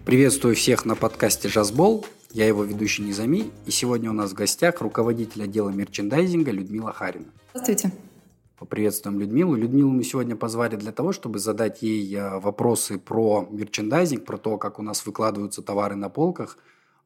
Приветствую всех на подкасте «Жазбол». Я его ведущий Низами. И сегодня у нас в гостях руководитель отдела мерчендайзинга Людмила Харина. Здравствуйте. Поприветствуем Людмилу. Людмилу мы сегодня позвали для того, чтобы задать ей вопросы про мерчендайзинг, про то, как у нас выкладываются товары на полках.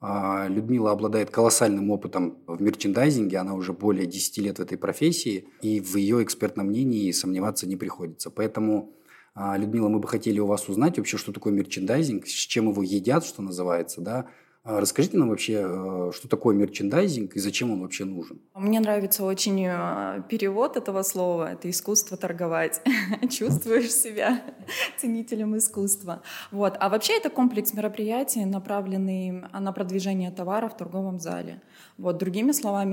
Людмила обладает колоссальным опытом в мерчендайзинге, она уже более 10 лет в этой профессии, и в ее экспертном мнении сомневаться не приходится. Поэтому, Людмила, мы бы хотели у вас узнать вообще, что такое мерчендайзинг, с чем его едят, что называется, да? Расскажите нам вообще, что такое мерчендайзинг и зачем он вообще нужен? Мне нравится очень перевод этого слова. Это искусство торговать. Чувствуешь себя ценителем искусства. Вот. А вообще это комплекс мероприятий, направленный на продвижение товара в торговом зале. Вот. Другими словами,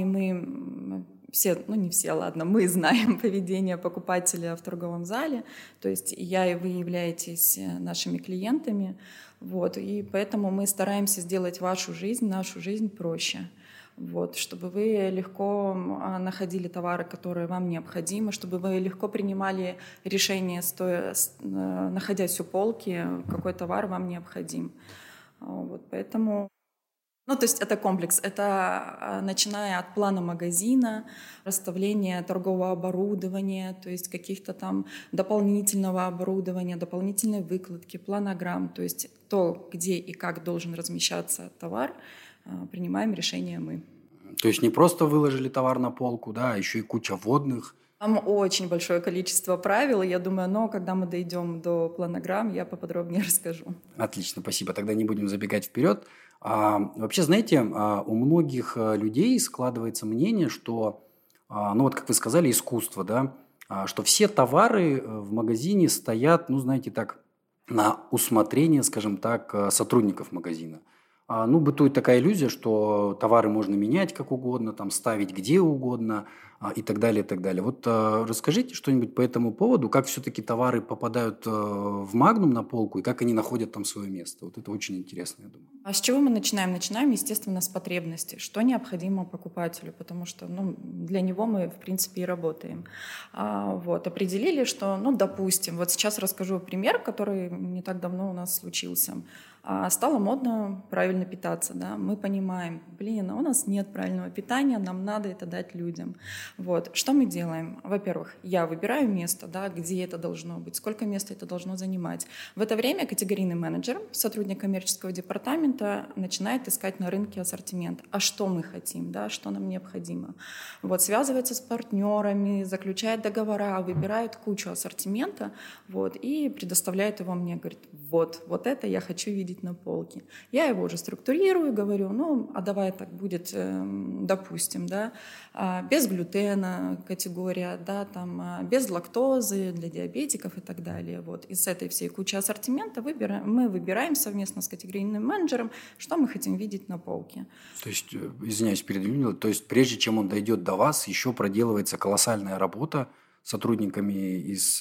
мы все, не все, ладно, мы знаем поведение покупателя в торговом зале. То есть я и вы являетесь нашими клиентами. Вот, и поэтому мы стараемся сделать нашу жизнь проще. Вот, чтобы вы легко находили товары, которые вам необходимы, чтобы вы легко принимали решение, находясь у полки, какой товар вам необходим. Вот, поэтому... то есть это комплекс, это начиная от плана магазина, расставления торгового оборудования, то есть каких-то там дополнительного оборудования, дополнительной выкладки, планограмм, то есть то, где и как должен размещаться товар, принимаем решение мы. То есть не просто выложили товар на полку, да, а еще и куча вводных. Там очень большое количество правил, и я думаю, но когда мы дойдем до планограмм, я поподробнее расскажу. Отлично, спасибо. Тогда не будем забегать вперед. Вообще, знаете, у многих людей складывается мнение, что, как вы сказали, искусство, да, что все товары в магазине стоят, знаете, так, на усмотрение, скажем так, сотрудников магазина. Бытует такая иллюзия, что товары можно менять как угодно, там, ставить где угодно и так далее, и так далее. Вот расскажите что-нибудь по этому поводу, как все-таки товары попадают в Магнум на полку и как они находят там свое место. Вот это очень интересно, я думаю. А с чего мы начинаем? Начинаем, естественно, с потребностей. Что необходимо покупателю, потому что для него мы, в принципе, и работаем. Определили, что, допустим, вот сейчас расскажу пример, который не так давно у нас случился. Стало модно правильно питаться, да, мы понимаем, у нас нет правильного питания, нам надо это дать людям. Вот, что мы делаем? Во-первых, я выбираю место, да, где это должно быть, сколько места это должно занимать. В это время категорийный менеджер, сотрудник коммерческого департамента начинает искать на рынке ассортимент. А что мы хотим, да, что нам необходимо? Вот, связывается с партнерами, заключает договора, выбирает кучу ассортимента, и предоставляет его мне, говорит, вот это я хочу видеть на полке. Я его уже структурирую, говорю, давай так будет, допустим, да, без глютена категория, да, там, без лактозы для диабетиков и так далее. Вот. Из этой всей кучи ассортимента мы выбираем совместно с категорийным менеджером, что мы хотим видеть на полке. То есть, извиняюсь, передвинула, то есть прежде чем он дойдет до вас, еще проделывается колоссальная работа с сотрудниками из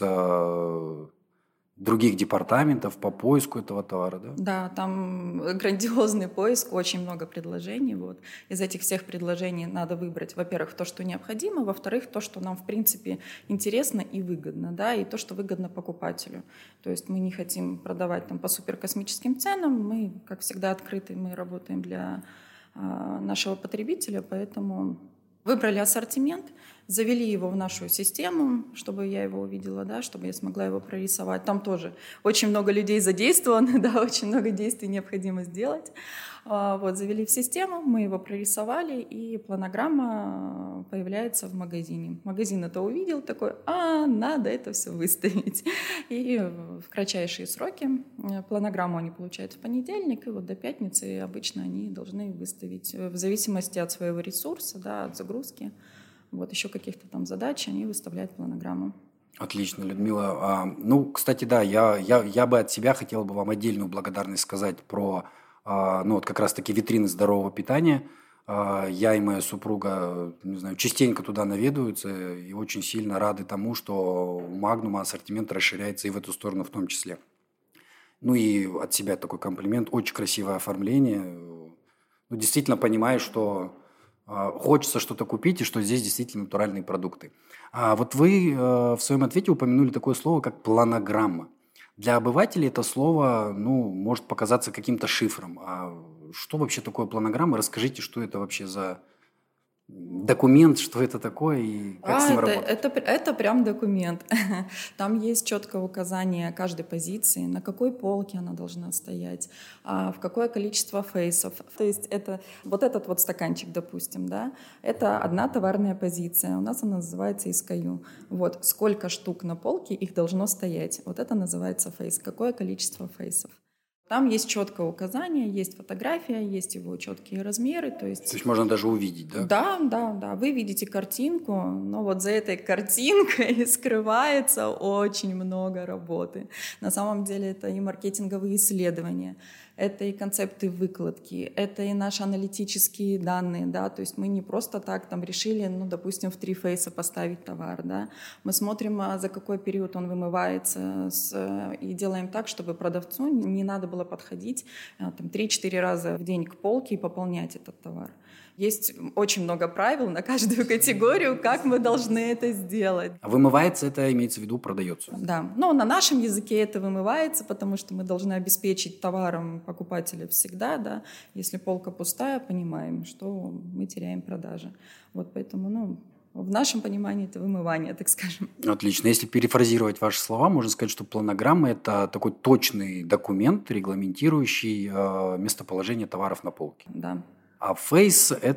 других департаментов по поиску этого товара, да? Да, там грандиозный поиск, очень много предложений. Вот. Из этих всех предложений надо выбрать, во-первых, то, что необходимо, во-вторых, то, что нам, в принципе, интересно и выгодно, да, и то, что выгодно покупателю. То есть мы не хотим продавать там по суперкосмическим ценам, мы, как всегда, открыты, мы работаем для нашего потребителя, поэтому выбрали ассортимент, завели его в нашу систему, чтобы я его увидела, да, чтобы я смогла его прорисовать. Там тоже очень много людей задействовано, да, очень много действий необходимо сделать. Завели в систему, мы его прорисовали, и планограмма появляется в магазине. Магазин это увидел, такой, надо это все выставить. И в кратчайшие сроки планограмму они получают в понедельник, и до пятницы обычно они должны выставить, в зависимости от своего ресурса, да, от загрузки, еще каких-то там задач, они выставляют планограмму. Отлично, Людмила. Кстати, да, я бы от себя хотел бы вам отдельную благодарность сказать про как раз-таки витрины здорового питания. Я и моя супруга, частенько туда наведаются и очень сильно рады тому, что у Магнума ассортимент расширяется и в эту сторону в том числе. И от себя такой комплимент. Очень красивое оформление. Действительно понимаешь, что хочется что-то купить и что здесь действительно натуральные продукты. Вот вы в своем ответе упомянули такое слово, как планограмма. Для обывателей это слово, ну, может показаться каким-то шифром. А что вообще такое планограмма? Расскажите, что это вообще за документ, что это такое и как с ним работать? Это прям документ. Там есть четкое указание каждой позиции, на какой полке она должна стоять, в какое количество фейсов. То есть это вот этот вот стаканчик, допустим, да, это одна товарная позиция. У нас она называется SKU. Вот сколько штук на полке их должно стоять. Вот это называется фейс. Какое количество фейсов. Там есть четкое указание, есть фотография, есть его четкие размеры. То есть можно даже увидеть, да? Да. Вы видите картинку, но вот за этой картинкой скрывается очень много работы. На самом деле это и маркетинговые исследования, это и концепты выкладки, это и наши аналитические данные, да, то есть мы не просто так там решили, ну, допустим, в 3 фейса поставить товар, да, мы смотрим, за какой период он вымывается, и делаем так, чтобы продавцу не надо было подходить там 3-4 раза в день к полке и пополнять этот товар. Есть очень много правил на каждую категорию, как мы должны это сделать. А вымывается это, имеется в виду, продается? Да, но на нашем языке это вымывается, потому что мы должны обеспечить товаром покупателя всегда, да. Если полка пустая, понимаем, что мы теряем продажи. Вот поэтому, ну, в нашем понимании это вымывание, так скажем. Отлично. Если перефразировать ваши слова, можно сказать, что планограмма – это такой точный документ, регламентирующий местоположение товаров на полке. Да. А фейс –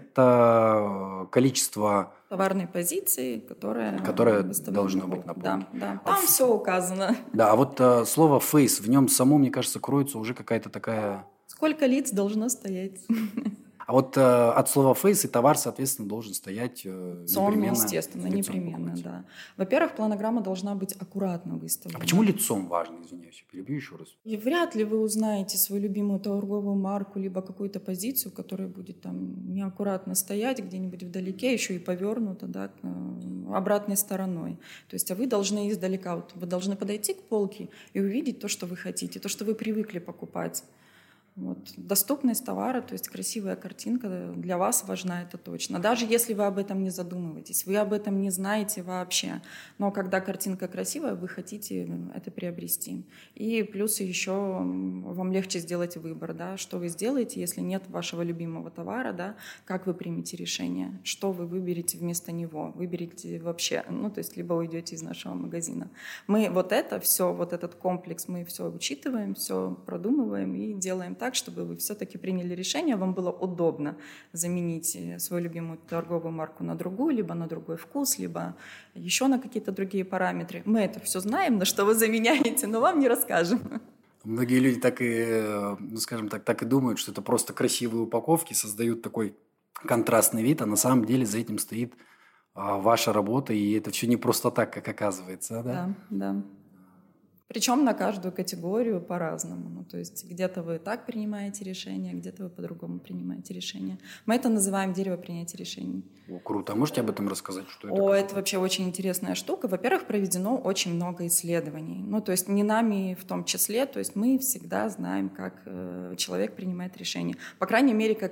это количество товарной позиции, которое должно быть на полке. Да. Там все указано. Да, а вот слово фейс, в нем само, мне кажется, кроется уже какая-то такая… Сколько лиц должно стоять? А вот от слова фейс и товар, соответственно, должен стоять непременно. Естественно, непременно, да. Во-первых, планограмма должна быть аккуратно выставлена. А почему лицом важно? Извиняюсь, перебью еще раз. И вряд ли вы узнаете свою любимую торговую марку, либо какую-то позицию, которая будет там неаккуратно стоять где-нибудь вдалеке, еще и повернута, да, обратной стороной. То есть, а вы должны издалека, вот, вы должны подойти к полке и увидеть то, что вы хотите, то, что вы привыкли покупать. Вот. Доступность товара, то есть красивая картинка для вас важна, это точно. Даже если вы об этом не задумываетесь, вы об этом не знаете вообще. Но когда картинка красивая, вы хотите это приобрести. И плюс еще вам легче сделать выбор, да, что вы сделаете, если нет вашего любимого товара, да, как вы примете решение, что вы выберете вместо него, выберете вообще, ну, то есть либо уйдете из нашего магазина. Мы вот это все, вот этот комплекс, мы все учитываем, все продумываем и делаем так, чтобы вы все-таки приняли решение, вам было удобно заменить свою любимую торговую марку на другую, либо на другой вкус, либо еще на какие-то другие параметры. Мы это все знаем, на что вы заменяете, но вам не расскажем. Многие люди так и, ну, скажем так и думают, что это просто красивые упаковки, создают такой контрастный вид, а на самом деле за этим стоит ваша работа, и это все не просто так, как оказывается. Да? Да. Причем на каждую категорию по-разному. Ну, то есть где-то вы так принимаете решение, где-то вы по-другому принимаете решение. Мы это называем дерево принятия решений. О, круто. А можете об этом рассказать? Что это? Это вообще очень интересная штука. Во-первых, проведено очень много исследований. Ну, то есть не нами в том числе. То есть мы всегда знаем, как человек принимает решение. По крайней мере, как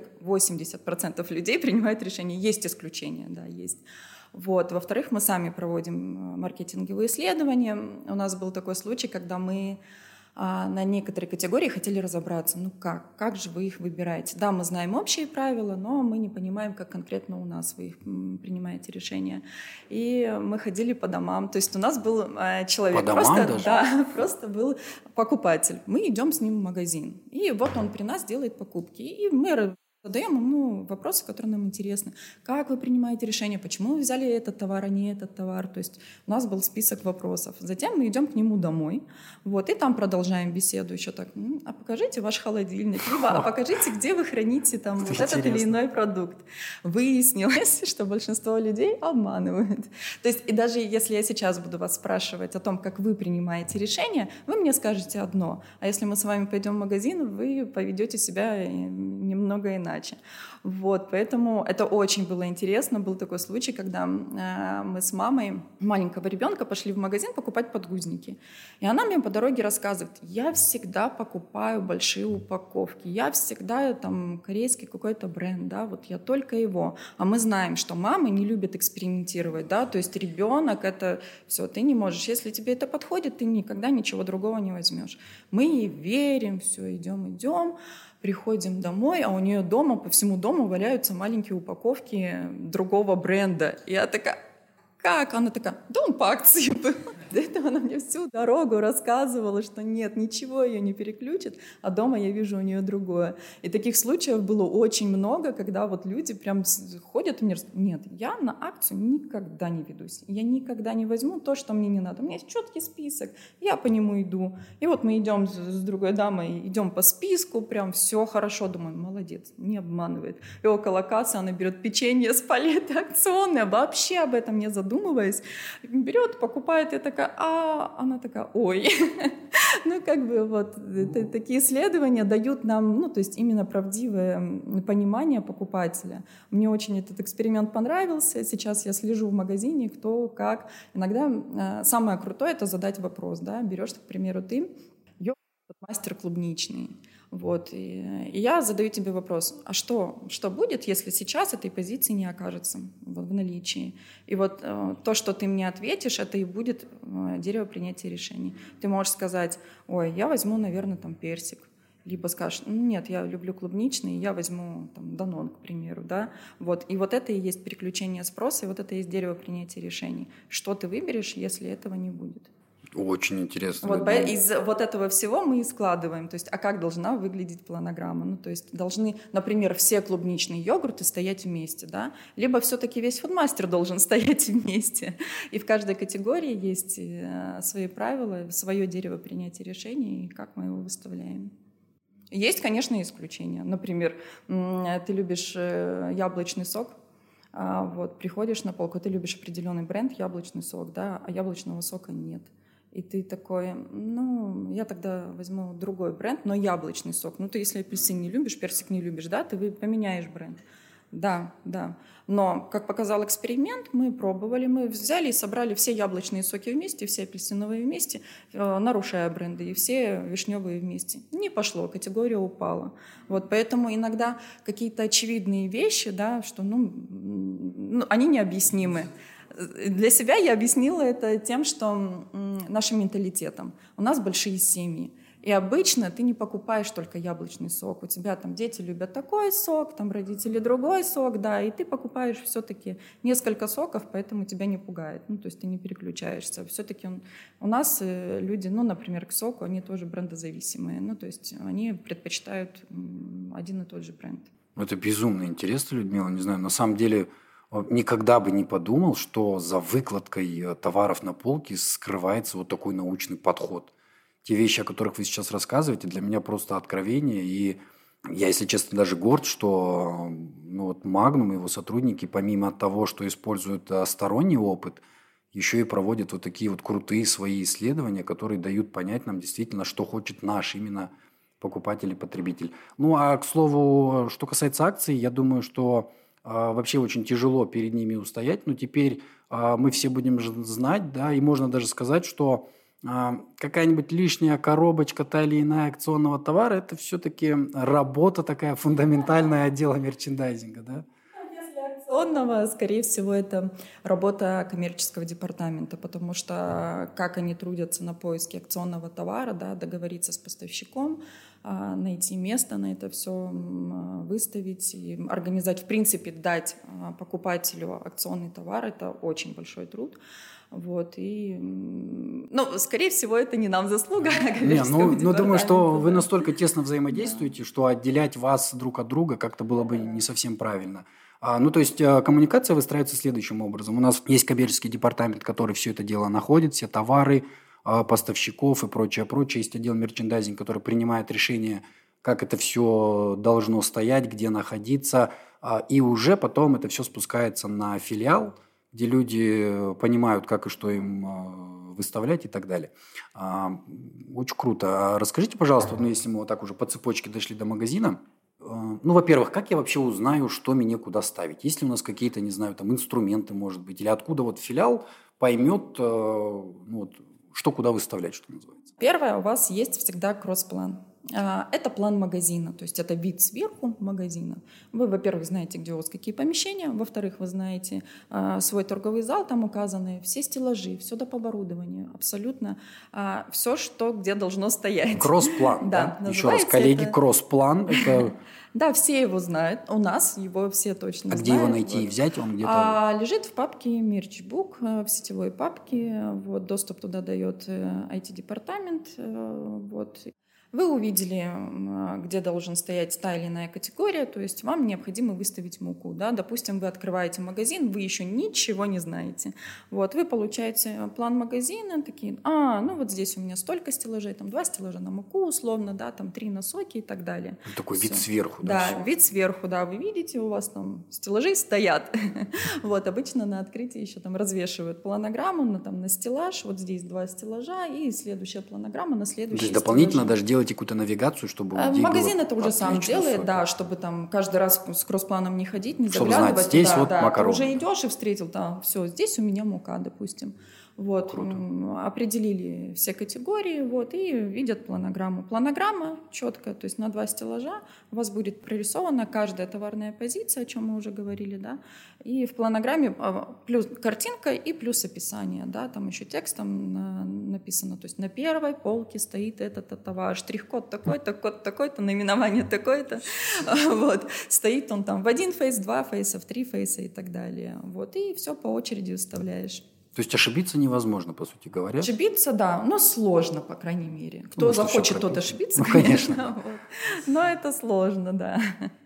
80% людей принимают решение. Есть исключения, да, есть. Вот. Во-вторых, мы сами проводим маркетинговые исследования. У нас был такой случай, когда мы на некоторые категории хотели разобраться. Ну как же вы их выбираете? Да, мы знаем общие правила, но мы не понимаем, как конкретно у нас вы их принимаете решения. И мы ходили по домам. То есть у нас был человек. По домам даже? Да, просто был покупатель. Мы идем с ним в магазин. И вот он при нас делает покупки. И мы задаем ему вопросы, которые нам интересны. Как вы принимаете решение? Почему вы взяли этот товар, а не этот товар? То есть у нас был список вопросов. Затем мы идем к нему домой. Вот, и там продолжаем беседу еще так. А покажите ваш холодильник. Либо покажите, где вы храните там вот этот или иной продукт. Выяснилось, что большинство людей обманывают. То есть и даже если я сейчас буду вас спрашивать о том, как вы принимаете решение, вы мне скажете одно. А если мы с вами пойдем в магазин, вы поведете себя немного иначе. задача. Вот, поэтому это очень было интересно. Был такой случай, когда мы с мамой маленького ребенка пошли в магазин покупать подгузники. И она мне по дороге рассказывает: я всегда покупаю большие упаковки, я всегда там корейский какой-то бренд, да, вот я только его. А мы знаем, что мамы не любят экспериментировать, да, то есть ребенок — это все, ты не можешь. Если тебе это подходит, ты никогда ничего другого не возьмешь. Мы ей верим, все, идем. Приходим домой, а у нее дома, по всему дому валяются маленькие упаковки другого бренда. И я такая: как? Она такая: да он по акции был. До этого она мне всю дорогу рассказывала, что нет, ничего ее не переключит, а дома я вижу у нее другое. И таких случаев было очень много, когда вот люди прям ходят и мне рассказывают: нет, я на акцию никогда не ведусь, я никогда не возьму то, что мне не надо. У меня есть четкий список, я по нему иду. И вот мы идем с другой дамой, идем по списку, прям все хорошо. Думаю, молодец, не обманывает. И около кассы она берет печенье с палеты акционное, вообще об этом не задумываясь, берет, покупает, и такая: а она такая: ой. Ну, как бы вот такие исследования дают нам, ну, то есть именно правдивое понимание покупателя. Мне очень этот эксперимент понравился. Сейчас я слежу в магазине, кто, как. Иногда самое крутое — это задать вопрос, да. Берешь, к примеру, ты мастер клубничный. Вот. И я задаю тебе вопрос: а что будет, если сейчас этой позиции не окажется в наличии? И вот то, что ты мне ответишь, это и будет дерево принятия решений. Ты можешь сказать: ой, я возьму, наверное, там персик. Либо скажешь: нет, я люблю клубничный, я возьму там Данон, к примеру. Да? Вот. И вот это и есть переключение спроса, и вот это и есть дерево принятия решений. Что ты выберешь, если этого не будет? Очень интересно. Вот из вот этого всего мы и складываем. То есть, а как должна выглядеть планограмма? Ну, то есть должны, например, все клубничные йогурты стоять вместе, да? Либо все-таки весь фудмастер должен стоять вместе. И в каждой категории есть свои правила, свое дерево принятия решений, и как мы его выставляем. Есть, конечно, исключения. Например, ты любишь яблочный сок, вот, приходишь на полку, ты любишь определенный бренд, яблочный сок, да, а яблочного сока нет. И ты такой: ну, я тогда возьму другой бренд, но яблочный сок. Ну, ты если апельсин не любишь, персик не любишь, да, ты поменяешь бренд. Да. Но, как показал эксперимент, мы пробовали, мы взяли и собрали все яблочные соки вместе, все апельсиновые вместе, нарушая бренды, и все вишневые вместе. Не пошло, категория упала. Вот, поэтому иногда какие-то очевидные вещи, да, что, они необъяснимы. Для себя я объяснила это тем, что нашим менталитетом. У нас большие семьи. И обычно ты не покупаешь только яблочный сок. У тебя там дети любят такой сок, там родители другой сок, да, и ты покупаешь все-таки несколько соков, поэтому тебя не пугает. Ну, то есть ты не переключаешься. Все-таки у нас люди, например, к соку, они тоже брендозависимые. Ну, то есть они предпочитают один и тот же бренд. Это безумно интересно, Людмила. Не знаю, на самом деле никогда бы не подумал, что за выкладкой товаров на полке скрывается вот такой научный подход. Те вещи, о которых вы сейчас рассказываете, для меня просто откровение. И я, если честно, даже горд, что Magnum и его сотрудники, помимо того, что используют сторонний опыт, еще и проводят вот такие вот крутые свои исследования, которые дают понять нам действительно, что хочет наш именно покупатель и потребитель. Ну, а к слову, что касается акций, я думаю, что вообще очень тяжело перед ними устоять. Но теперь мы все будем знать, да, и можно даже сказать, что какая-нибудь лишняя коробочка та или иная акционного товара – это все-таки работа такая фундаментальная отдела мерчендайзинга, да? Если акционного, скорее всего, это работа коммерческого департамента, потому что как они трудятся на поиске акционного товара, да, договориться с поставщиком, найти место на это все, выставить и организовать, в принципе, дать покупателю акционный товар – это очень большой труд. Вот, и, скорее всего, это не нам заслуга. Думаю, что вы настолько тесно взаимодействуете, что отделять вас друг от друга как-то было бы не совсем правильно. То есть коммуникация выстраивается следующим образом. У нас есть коммерческий департамент, который все это дело находит, все товары, поставщиков и прочее. Есть отдел мерчендайзинг, который принимает решение, как это все должно стоять, где находиться. И уже потом это все спускается на филиал, где люди понимают, как и что им выставлять и так далее. Очень круто. Расскажите, пожалуйста, если мы вот так уже по цепочке дошли до магазина, ну, во-первых, как я вообще узнаю, что мне куда ставить? Есть ли у нас какие-то, не знаю, там инструменты, может быть, или откуда вот филиал поймет, ну, вот, что куда выставлять, что называется? Первое, у вас есть всегда кросс-план. Это план магазина, то есть это вид сверху магазина. Вы, во-первых, знаете, где у вас какие помещения, во-вторых, вы знаете свой торговый зал, там указаны все стеллажи, все доп. Оборудование, абсолютно все, что где должно стоять. Кросс-план, да? Еще раз, коллеги, кросс-план – это… Да, все его знают. У нас его все точно знают. А где его найти и взять? Он где-то… Лежит в папке Мерчбук, в сетевой папке. Вот, доступ туда дает IT-департамент. Вот. Вы увидели, где должен стоять та или иная категория, то есть вам необходимо выставить муку. Да? Допустим, вы открываете магазин, вы еще ничего не знаете. Вот, вы получаете план магазина, такие, ну вот здесь у меня столько стеллажей, там 2 стеллажа на муку условно, да, там 3 на соки и так далее. Такой вид сверху. Да, вид сверху, да, вы видите, у вас там стеллажи стоят. Вот, обычно на открытии еще там развешивают планограмму на стеллаж, вот здесь 2 стеллажа и следующая планограмма на следующий. То есть дополнительно даже делать какую-то навигацию, чтобы магазин это уже сам делает, да, чтобы там каждый раз с кросс-планом не ходить, не чтобы заглядывать. Знать, здесь вот макароны. Ты уже идешь и встретил, да, все, здесь у меня мука, допустим. Вот, определили все категории, вот, и видят планограмму. Планограмма четкая, то есть на 2 стеллажа у вас будет прорисована каждая товарная позиция, о чем мы уже говорили, да, и в планограмме плюс картинка и плюс описание, да, там еще текстом написано, то есть на первой полке стоит этот товар, штрих-код такой-то, код такой-то, наименование такое-то, вот, стоит он там в 1 фейс, 2 фейса, в 3 фейса и так далее, вот, и все по очереди выставляешь. То есть ошибиться невозможно, по сути говоря? Ошибиться, да, но сложно, по крайней мере. Кто захочет, тот ошибиться, конечно. Вот. Но это сложно, да.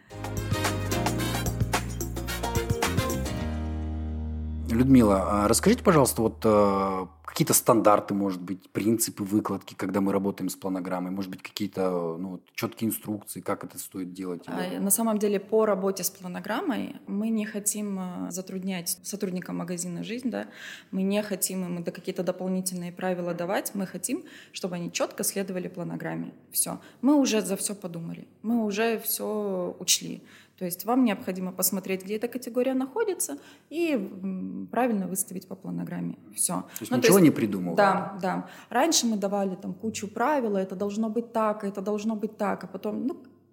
Людмила, расскажите, пожалуйста, вот какие-то стандарты, может быть, принципы выкладки, когда мы работаем с планограммой, может быть, какие-то четкие инструкции, как это стоит делать? На самом деле, по работе с планограммой мы не хотим затруднять сотрудникам магазина жизнь, да? Мы не хотим им какие-то дополнительные правила давать, мы хотим, чтобы они четко следовали планограмме. Все. Мы уже за все подумали, мы уже все учли. То есть вам необходимо посмотреть, где эта категория находится, и правильно выставить по планограмме. Все. То есть ничего не придумывали? Да. Раньше мы давали там кучу правил, это должно быть так, это должно быть так, а потом,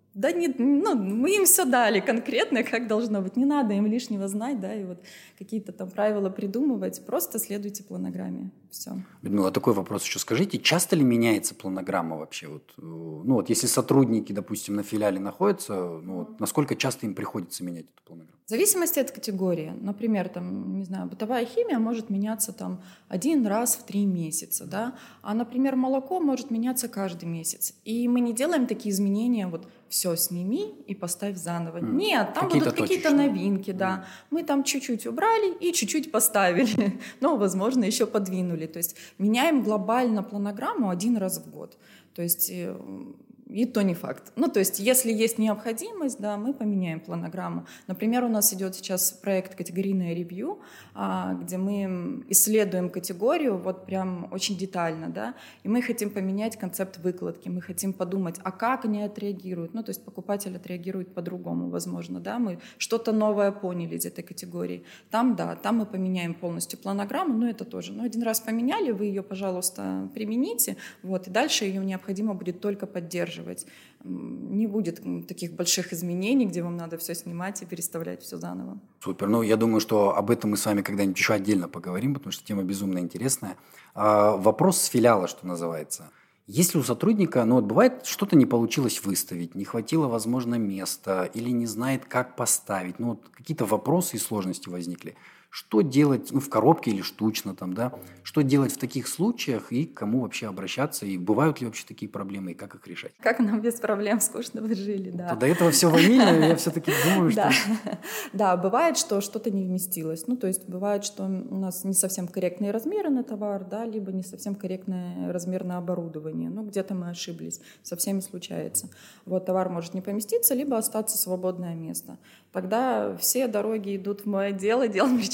мы им все дали конкретно, как должно быть. Не надо им лишнего знать, да, и вот какие-то там правила придумывать. Просто следуйте планограмме. Все. Людмила, такой вопрос еще скажите. Часто ли меняется планограмма вообще? Вот если сотрудники, допустим, на филиале находятся, насколько часто им приходится менять эту планограмму? В зависимости от категории. Например, там, не знаю, бытовая химия может меняться там 1 раз в 3 месяца, да, а, например, молоко может меняться каждый месяц. И мы не делаем такие изменения, вот все сними и поставь заново. Нет, там будут какие-то новинки, да. Мы там чуть-чуть убрали и чуть-чуть поставили, но, возможно, еще подвинули. То есть меняем глобально планограмму 1 раз в год. То есть и то не факт. То есть если есть необходимость, да, мы поменяем планограмму. Например, у нас идет сейчас проект «Категорийное ревью», где мы исследуем категорию вот прям очень детально, да, и мы хотим поменять концепт выкладки, мы хотим подумать, а как они отреагируют. То есть покупатель отреагирует по-другому, возможно, да, мы что-то новое поняли из этой категории. Там мы поменяем полностью планограмму, но это тоже. 1 раз поменяли, вы ее, пожалуйста, примените, вот, и дальше ее необходимо будет только поддерживать. Не будет таких больших изменений, где вам надо все снимать и переставлять все заново. Супер. Я думаю, что об этом мы с вами когда-нибудь еще отдельно поговорим, потому что тема безумно интересная. Вопрос с филиала, что называется. Если у сотрудника, бывает, что-то не получилось выставить, не хватило, возможно, места или не знает, как поставить, какие-то вопросы и сложности возникли. Что делать, в коробке или штучно там, да? Что делать в таких случаях и к кому вообще обращаться? И бывают ли вообще такие проблемы, и как их решать? Как нам без проблем скучно вы жили, да. До этого все ванильно, я все-таки думаю, что… Да, бывает, что что-то не вместилось. То есть бывает, что у нас не совсем корректные размеры на товар, да, либо не совсем корректный размер на оборудование. Где-то мы ошиблись. Со всеми случается. Вот товар может не поместиться, либо остаться свободное место. Тогда все дороги идут в мое отдел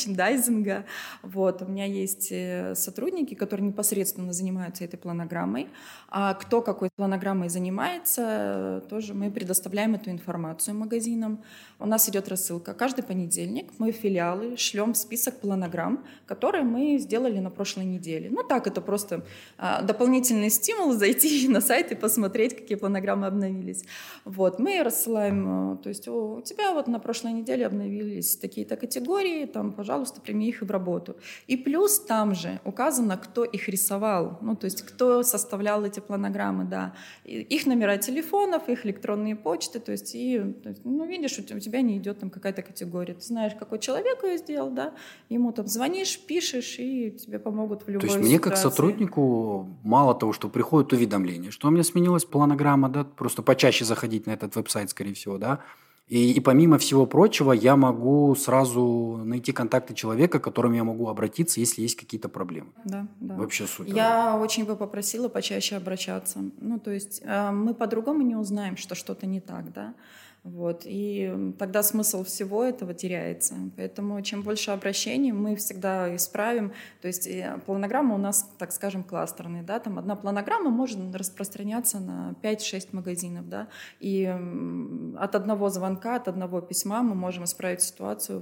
мерчендайзинга. Вот. У меня есть сотрудники, которые непосредственно занимаются этой планограммой. А кто какой планограммой занимается, тоже мы предоставляем эту информацию магазинам. У нас идет рассылка. Каждый понедельник мы в филиалы шлем список планограмм, которые мы сделали на прошлой неделе. Ну так, это просто дополнительный стимул зайти на сайт и посмотреть, какие планограммы обновились. Вот. Мы рассылаем, то есть у тебя вот на прошлой неделе обновились такие-то категории, там, пожалуйста, прими их в работу. И плюс там же указано, кто их рисовал, ну, то есть кто составлял эти планограммы, да. Их номера телефонов, их электронные почты, то есть, ну, видишь, у тебя не идет там какая-то категория. Ты знаешь, какой человек ее сделал, да, ему там звонишь, пишешь, и тебе помогут в любой То есть ситуации. мне как сотруднику мало того, что приходит уведомление, что у меня сменилась планограмма, да, просто почаще заходить на этот веб-сайт, скорее всего, да, и помимо всего прочего я могу сразу найти контакты человека, к которому я могу обратиться, если есть какие-то проблемы. Да, да. Вообще супер. Я очень бы попросила почаще обращаться. Ну, то есть мы по-другому не узнаем, что что-то не так, да. Вот. И тогда смысл всего этого теряется. Поэтому чем больше обращений, мы всегда исправим. То есть планограмма у нас, так скажем, кластерная. Да? Там одна планограмма может распространяться на 5-6 магазинов. Да? И от одного звонка, от одного письма мы можем исправить ситуацию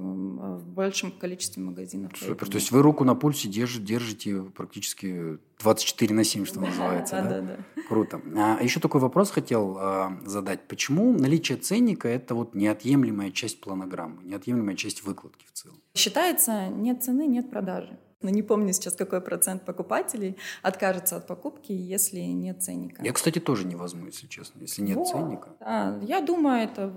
в большем количестве магазинов. Супер. Поэтому... То есть вы руку на пульсе держите практически 24/7, что называется. Да. Круто. А еще такой вопрос хотел задать. Почему наличие ценника – это вот неотъемлемая часть планограммы, неотъемлемая часть выкладки в целом? Считается, нет цены, нет продажи. Но не помню сейчас, какой процент покупателей откажется от покупки, если нет ценника. Я, кстати, тоже не возьму, если честно, если нет ценника. Да, я думаю, это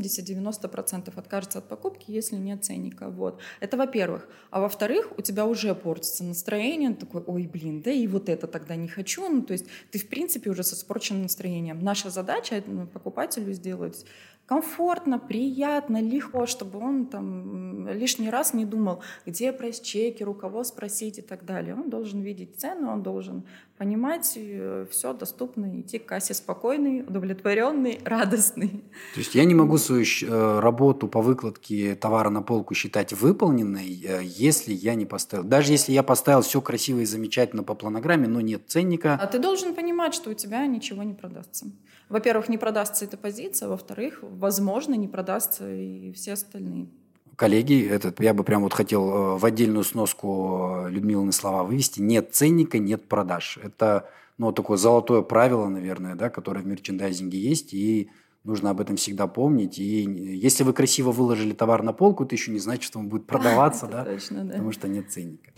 80-90% откажется от покупки, если нет ценника. Вот. Это во-первых. А во-вторых, у тебя уже портится настроение, такой, ой, блин, да и вот это тогда не хочу. Ну, то есть ты, в принципе, уже с испорченным настроением. Наша задача покупателю сделать комфортно, приятно, легко, чтобы он там лишний раз не думал, где прайс-чекер, у кого спросить и так далее. Он должен видеть цену, он должен понимать, все доступно, идти к кассе спокойный, удовлетворенный, радостный. То есть я не могу свою работу по выкладке товара на полку считать выполненной, если я не поставил. Даже если я поставил все красиво и замечательно по планограмме, но нет ценника. А ты должен понимать, что у тебя ничего не продастся. Во-первых, не продастся эта позиция, во-вторых, возможно, не продастся и все остальные. Коллеги, я бы прям вот хотел в отдельную сноску Людмилины слова вывести. Нет ценника, нет продаж. Это такое золотое правило, наверное, да, которое в мерчендайзинге есть, и нужно об этом всегда помнить. И если вы красиво выложили товар на полку, это еще не значит, что он будет продаваться, да, точно, да, потому что нет ценника.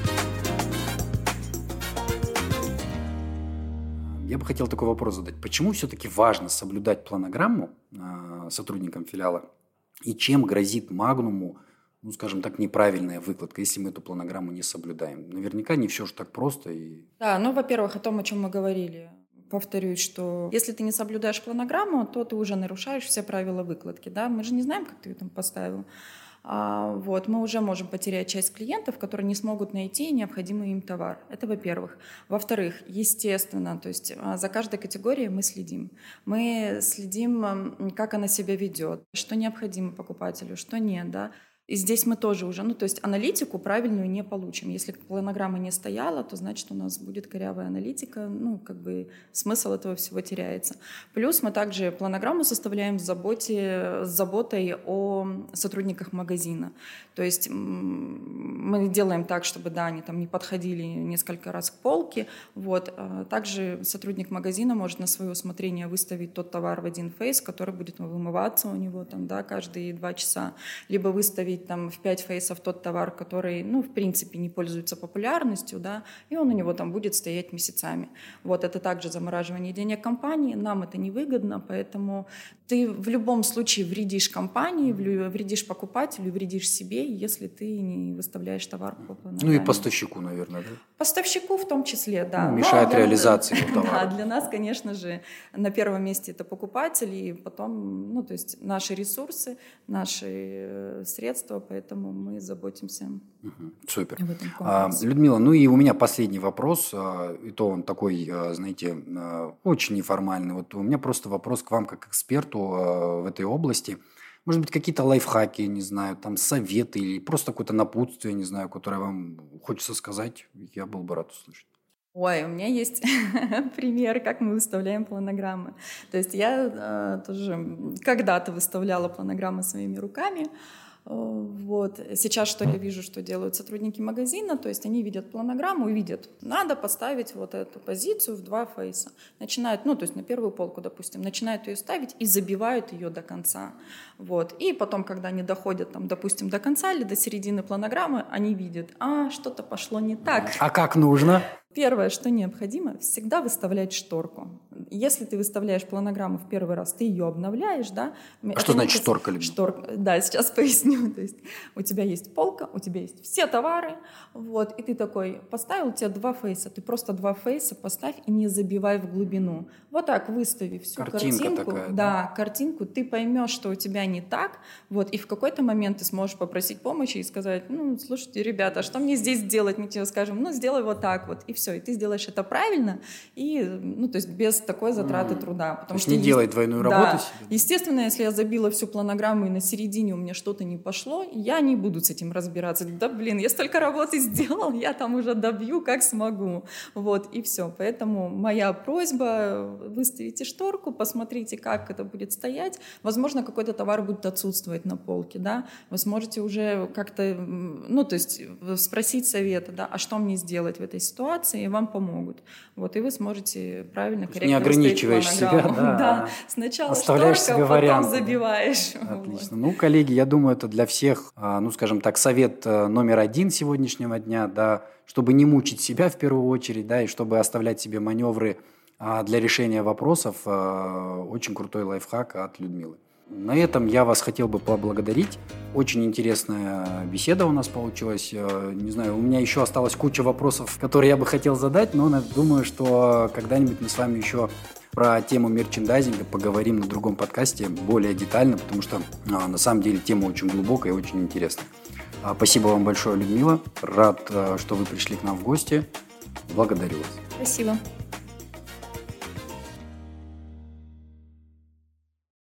Я бы хотел такой вопрос задать. Почему все-таки важно соблюдать планограмму сотрудникам филиала? И чем грозит Магнуму, скажем так, неправильная выкладка, если мы эту планограмму не соблюдаем? Наверняка не все же так просто. Да, во-первых, о том, о чем мы говорили. Повторюсь, что если ты не соблюдаешь планограмму, то ты уже нарушаешь все правила выкладки. Да? Мы же не знаем, как ты ее там поставил. Мы уже можем потерять часть клиентов, которые не смогут найти необходимый им товар. Это во-первых. Во-вторых, естественно, то есть за каждой категорией мы следим. Мы следим, как она себя ведет, что необходимо покупателю, что нет, да. И здесь мы тоже уже, то есть аналитику правильную не получим. Если планограмма не стояла, то значит у нас будет корявая аналитика, смысл этого всего теряется. Плюс мы также планограмму составляем с заботой о сотрудниках магазина. То есть мы делаем так, чтобы, они там не подходили несколько раз к полке. Также сотрудник магазина может на свое усмотрение выставить тот товар в один фейс, который будет вымываться у него каждые 2 часа. Либо выставить в 5 фейсов тот товар, который, в принципе, не пользуется популярностью, да, и он у него там будет стоять месяцами. Это также замораживание денег компании, нам это невыгодно, поэтому ты в любом случае вредишь компании, вредишь покупателю, вредишь себе, если ты не выставляешь товар по планограмме. И поставщику, наверное, да? Поставщику в том числе, да. Мешает реализации товара. Да, для нас, конечно же, на первом месте это покупатель, и потом, то есть наши ресурсы, наши средства, поэтому мы заботимся Супер. об этом комплексе. Людмила, и у меня последний вопрос, и то он такой, знаете, очень неформальный. У меня просто вопрос к вам как эксперту в этой области. Может быть, какие-то лайфхаки, не знаю, там советы или просто какое-то напутствие, не знаю, которое вам хочется сказать, я был бы рад услышать. Ой, у меня есть пример, как мы выставляем планограммы. То есть я тоже когда-то выставляла планограммы своими руками. Вот. Сейчас что я вижу, что делают сотрудники магазина, то есть они видят планограмму и видят, надо поставить вот эту позицию в 2 фейса. Начинают, ну то есть на первую полку, допустим, начинают ее ставить и забивают ее до конца. Вот. И потом, когда они доходят, там, допустим, до конца или до середины планограммы, они видят, что-то пошло не так. А как нужно? Первое, что необходимо, всегда выставлять шторку. Если ты выставляешь планограмму в первый раз, ты ее обновляешь, да? А что значит шторка, Людмила? Шторка, да, сейчас поясню. То есть у тебя есть полка, у тебя есть все товары, вот, и ты такой, поставил у тебя 2 фейса, ты просто 2 фейса поставь и не забивай в глубину. Вот так выстави всю картинку, такая, да, картинку, ты поймешь, что у тебя не так, вот, и в какой-то момент ты сможешь попросить помощи и сказать, слушайте, ребята, а что мне здесь делать? Мы тебе скажем, сделай вот так вот, и все, и ты сделаешь это правильно, и, то есть без такой затраты труда. Потому что не делай двойную работу себе. Естественно, если я забила всю планограмму и на середине у меня что-то не пошло, я не буду с этим разбираться. Да, я столько работы сделал, я там уже добью, как смогу. Вот, и все. Поэтому моя просьба, выставите шторку, посмотрите, как это будет стоять. Возможно, какой-то товар будет отсутствовать на полке, да. Вы сможете уже как-то, то есть спросить совета, да, а что мне сделать в этой ситуации, и вам помогут. Вот, и вы сможете правильно, корректно не ограничиваешь себя, да. Сначала оставляешь шторка, себе потом варианты. забиваешь. Отлично. Вот. Коллеги, я думаю, это для всех, скажем так, совет номер 1 сегодняшнего дня, да, чтобы не мучить себя в первую очередь, да, и чтобы оставлять себе маневры для решения вопросов. Очень крутой лайфхак от Людмилы. На этом я вас хотел бы поблагодарить. Очень интересная беседа у нас получилась. Не знаю, у меня еще осталась куча вопросов, которые я бы хотел задать, но думаю, что когда-нибудь мы с вами еще про тему мерчендайзинга поговорим на другом подкасте более детально, потому что на самом деле тема очень глубокая и очень интересная. Спасибо вам большое, Людмила. Рад, что вы пришли к нам в гости. Благодарю вас. Спасибо.